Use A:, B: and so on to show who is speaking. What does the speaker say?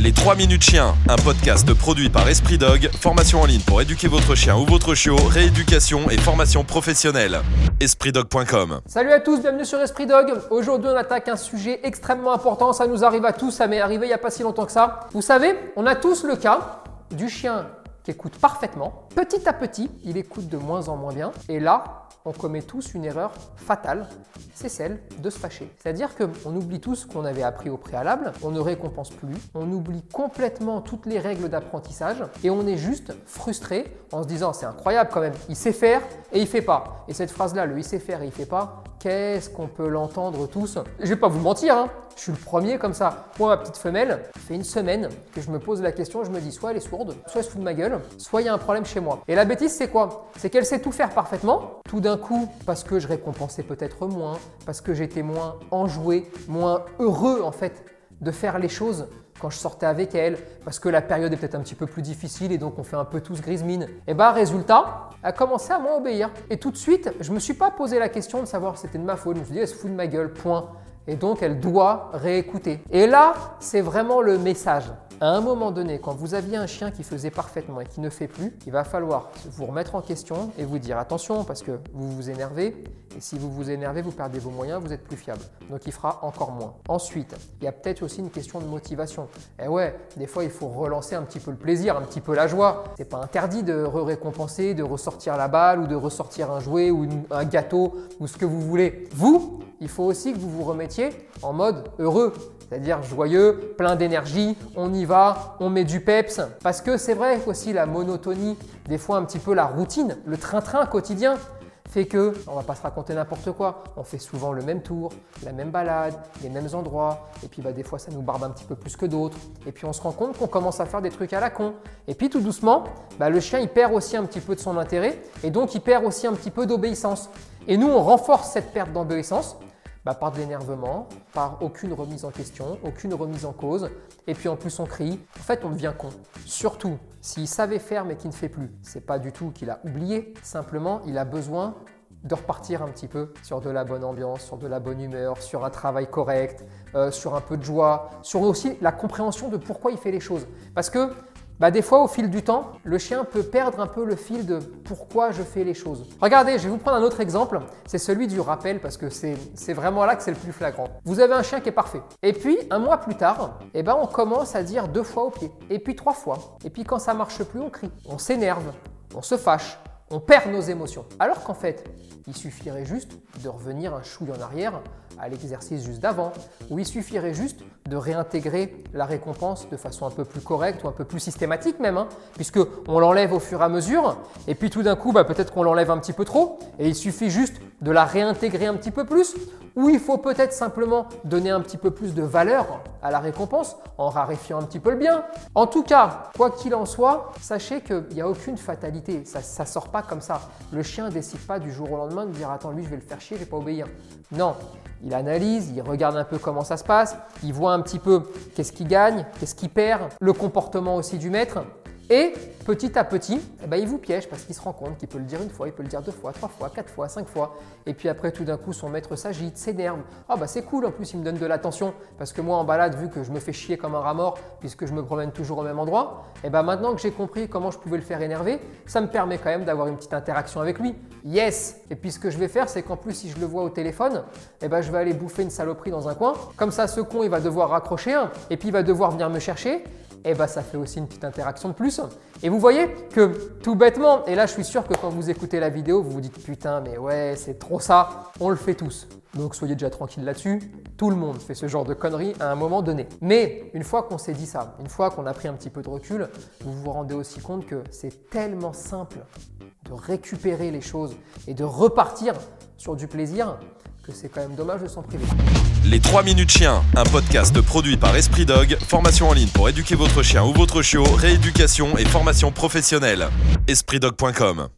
A: Les 3 minutes chiens, un podcast produit par Esprit Dog, formation en ligne pour éduquer votre chien ou votre chiot, rééducation et formation professionnelle. EspritDog.com.
B: Salut à tous, bienvenue sur Esprit Dog. Aujourd'hui on attaque un sujet extrêmement important, ça nous arrive à tous, ça m'est arrivé il n'y a pas si longtemps que ça. Vous savez, on a tous le cas du chien qui écoute parfaitement. Petit à petit, il écoute de moins en moins bien et là, on commet tous une erreur fatale, c'est celle de se fâcher. C'est-à-dire qu'on oublie tous ce qu'on avait appris au préalable, on ne récompense plus, on oublie complètement toutes les règles d'apprentissage et on est juste frustré en se disant c'est incroyable quand même, il sait faire et il fait pas. Et cette phrase-là, le il sait faire et il fait pas, qu'est-ce qu'on peut l'entendre tous. Je vais pas vous mentir, hein, je suis le premier comme ça. Moi, ma petite femelle, ça fait une semaine que je me pose la question, je me dis soit elle est sourde, soit elle se fout de ma gueule, soit il y a un problème chez moi. Et la bêtise, c'est quoi? C'est qu'elle sait tout faire parfaitement. Tout d'un coup, parce que je récompensais peut-être moins, parce que j'étais moins enjoué, moins heureux en fait de faire les choses quand je sortais avec elle, parce que la période est peut-être un petit peu plus difficile et donc on fait un peu tous grise mine. Et bah résultat, elle a commencé à moins obéir. Et tout de suite, je me suis pas posé la question de savoir si c'était de ma faute. Je me suis dit, elle se fout de ma gueule, point. Et donc elle doit réécouter. Et là, c'est vraiment le message. À un moment donné, quand vous aviez un chien qui faisait parfaitement et qui ne fait plus, il va falloir vous remettre en question et vous dire attention parce que vous vous énervez et si vous vous énervez, vous perdez vos moyens, vous êtes plus fiable. Donc il fera encore moins. Ensuite, il y a peut-être aussi une question de motivation. Et ouais, des fois il faut relancer un petit peu le plaisir, un petit peu la joie. C'est pas interdit de récompenser, de ressortir la balle ou de ressortir un jouet ou un gâteau ou ce que vous voulez. Vous, il faut aussi que vous vous remettiez en mode heureux. C'est-à-dire joyeux, plein d'énergie, on y va, on met du peps. Parce que c'est vrai qu'aussi la monotonie, des fois un petit peu la routine, le train-train quotidien fait que, on va pas se raconter n'importe quoi, on fait souvent le même tour, la même balade, les mêmes endroits, et puis des fois ça nous barbe un petit peu plus que d'autres, et puis on se rend compte qu'on commence à faire des trucs à la con. Et puis tout doucement, le chien il perd aussi un petit peu de son intérêt, et donc il perd aussi un petit peu d'obéissance. Et nous on renforce cette perte d'obéissance, par de l'énervement, par aucune remise en question, aucune remise en cause, et puis en plus on crie. En fait, on devient con. Surtout, s'il savait faire mais qu'il ne fait plus, c'est pas du tout qu'il a oublié, simplement il a besoin de repartir un petit peu sur de la bonne ambiance, sur de la bonne humeur, sur un travail correct, sur un peu de joie, sur aussi la compréhension de pourquoi il fait les choses. Parce que des fois, au fil du temps, le chien peut perdre un peu le fil de pourquoi je fais les choses. Regardez, je vais vous prendre un autre exemple. C'est celui du rappel parce que c'est vraiment là que c'est le plus flagrant. Vous avez un chien qui est parfait. Et puis, un mois plus tard, on commence à dire 2 fois au pied. Et puis 3 fois. Et puis quand ça marche plus, on crie. On s'énerve. On se fâche. On perd nos émotions. Alors qu'en fait, il suffirait juste de revenir un chouille en arrière à l'exercice juste d'avant, où il suffirait juste de réintégrer la récompense de façon un peu plus correcte ou un peu plus systématique même, puisqu'on l'enlève au fur et à mesure, et puis tout d'un coup, peut-être qu'on l'enlève un petit peu trop, et il suffit juste de la réintégrer un petit peu plus, ou il faut peut-être simplement donner un petit peu plus de valeur à la récompense en raréfiant un petit peu le bien. En tout cas, quoi qu'il en soit, sachez qu'il n'y a aucune fatalité, ça sort pas comme ça. Le chien ne décide pas du jour au lendemain de dire « attends, lui je vais le faire chier, je vais pas obéir ». Non, il analyse, il regarde un peu comment ça se passe, il voit un petit peu qu'est-ce qu'il gagne, qu'est-ce qu'il perd, le comportement aussi du maître. Et petit à petit, il vous piège parce qu'il se rend compte qu'il peut le dire 1 fois, il peut le dire 2 fois, 3 fois, 4 fois, 5 fois. Et puis après, tout d'un coup, son maître s'agite, s'énerve. Ah c'est cool, en plus il me donne de l'attention parce que moi en balade, vu que je me fais chier comme un rat mort puisque je me promène toujours au même endroit, maintenant que j'ai compris comment je pouvais le faire énerver, ça me permet quand même d'avoir une petite interaction avec lui. Yes! Et puis ce que je vais faire, c'est qu'en plus si je le vois au téléphone, je vais aller bouffer une saloperie dans un coin. Comme ça, ce con, il va devoir raccrocher et puis il va devoir venir me chercher. Ça fait aussi une petite interaction de plus. Et vous voyez que tout bêtement, et là je suis sûr que quand vous écoutez la vidéo, vous vous dites putain mais ouais c'est trop ça, on le fait tous. Donc soyez déjà tranquille là-dessus, tout le monde fait ce genre de conneries à un moment donné. Mais une fois qu'on s'est dit ça, une fois qu'on a pris un petit peu de recul, vous vous rendez aussi compte que c'est tellement simple de récupérer les choses et de repartir sur du plaisir que c'est quand même dommage de s'en priver.
A: Les 3 minutes chiens, un podcast produit par Esprit Dog, formation en ligne pour éduquer votre chien ou votre chiot, rééducation et formation professionnelle. EspritDog.com.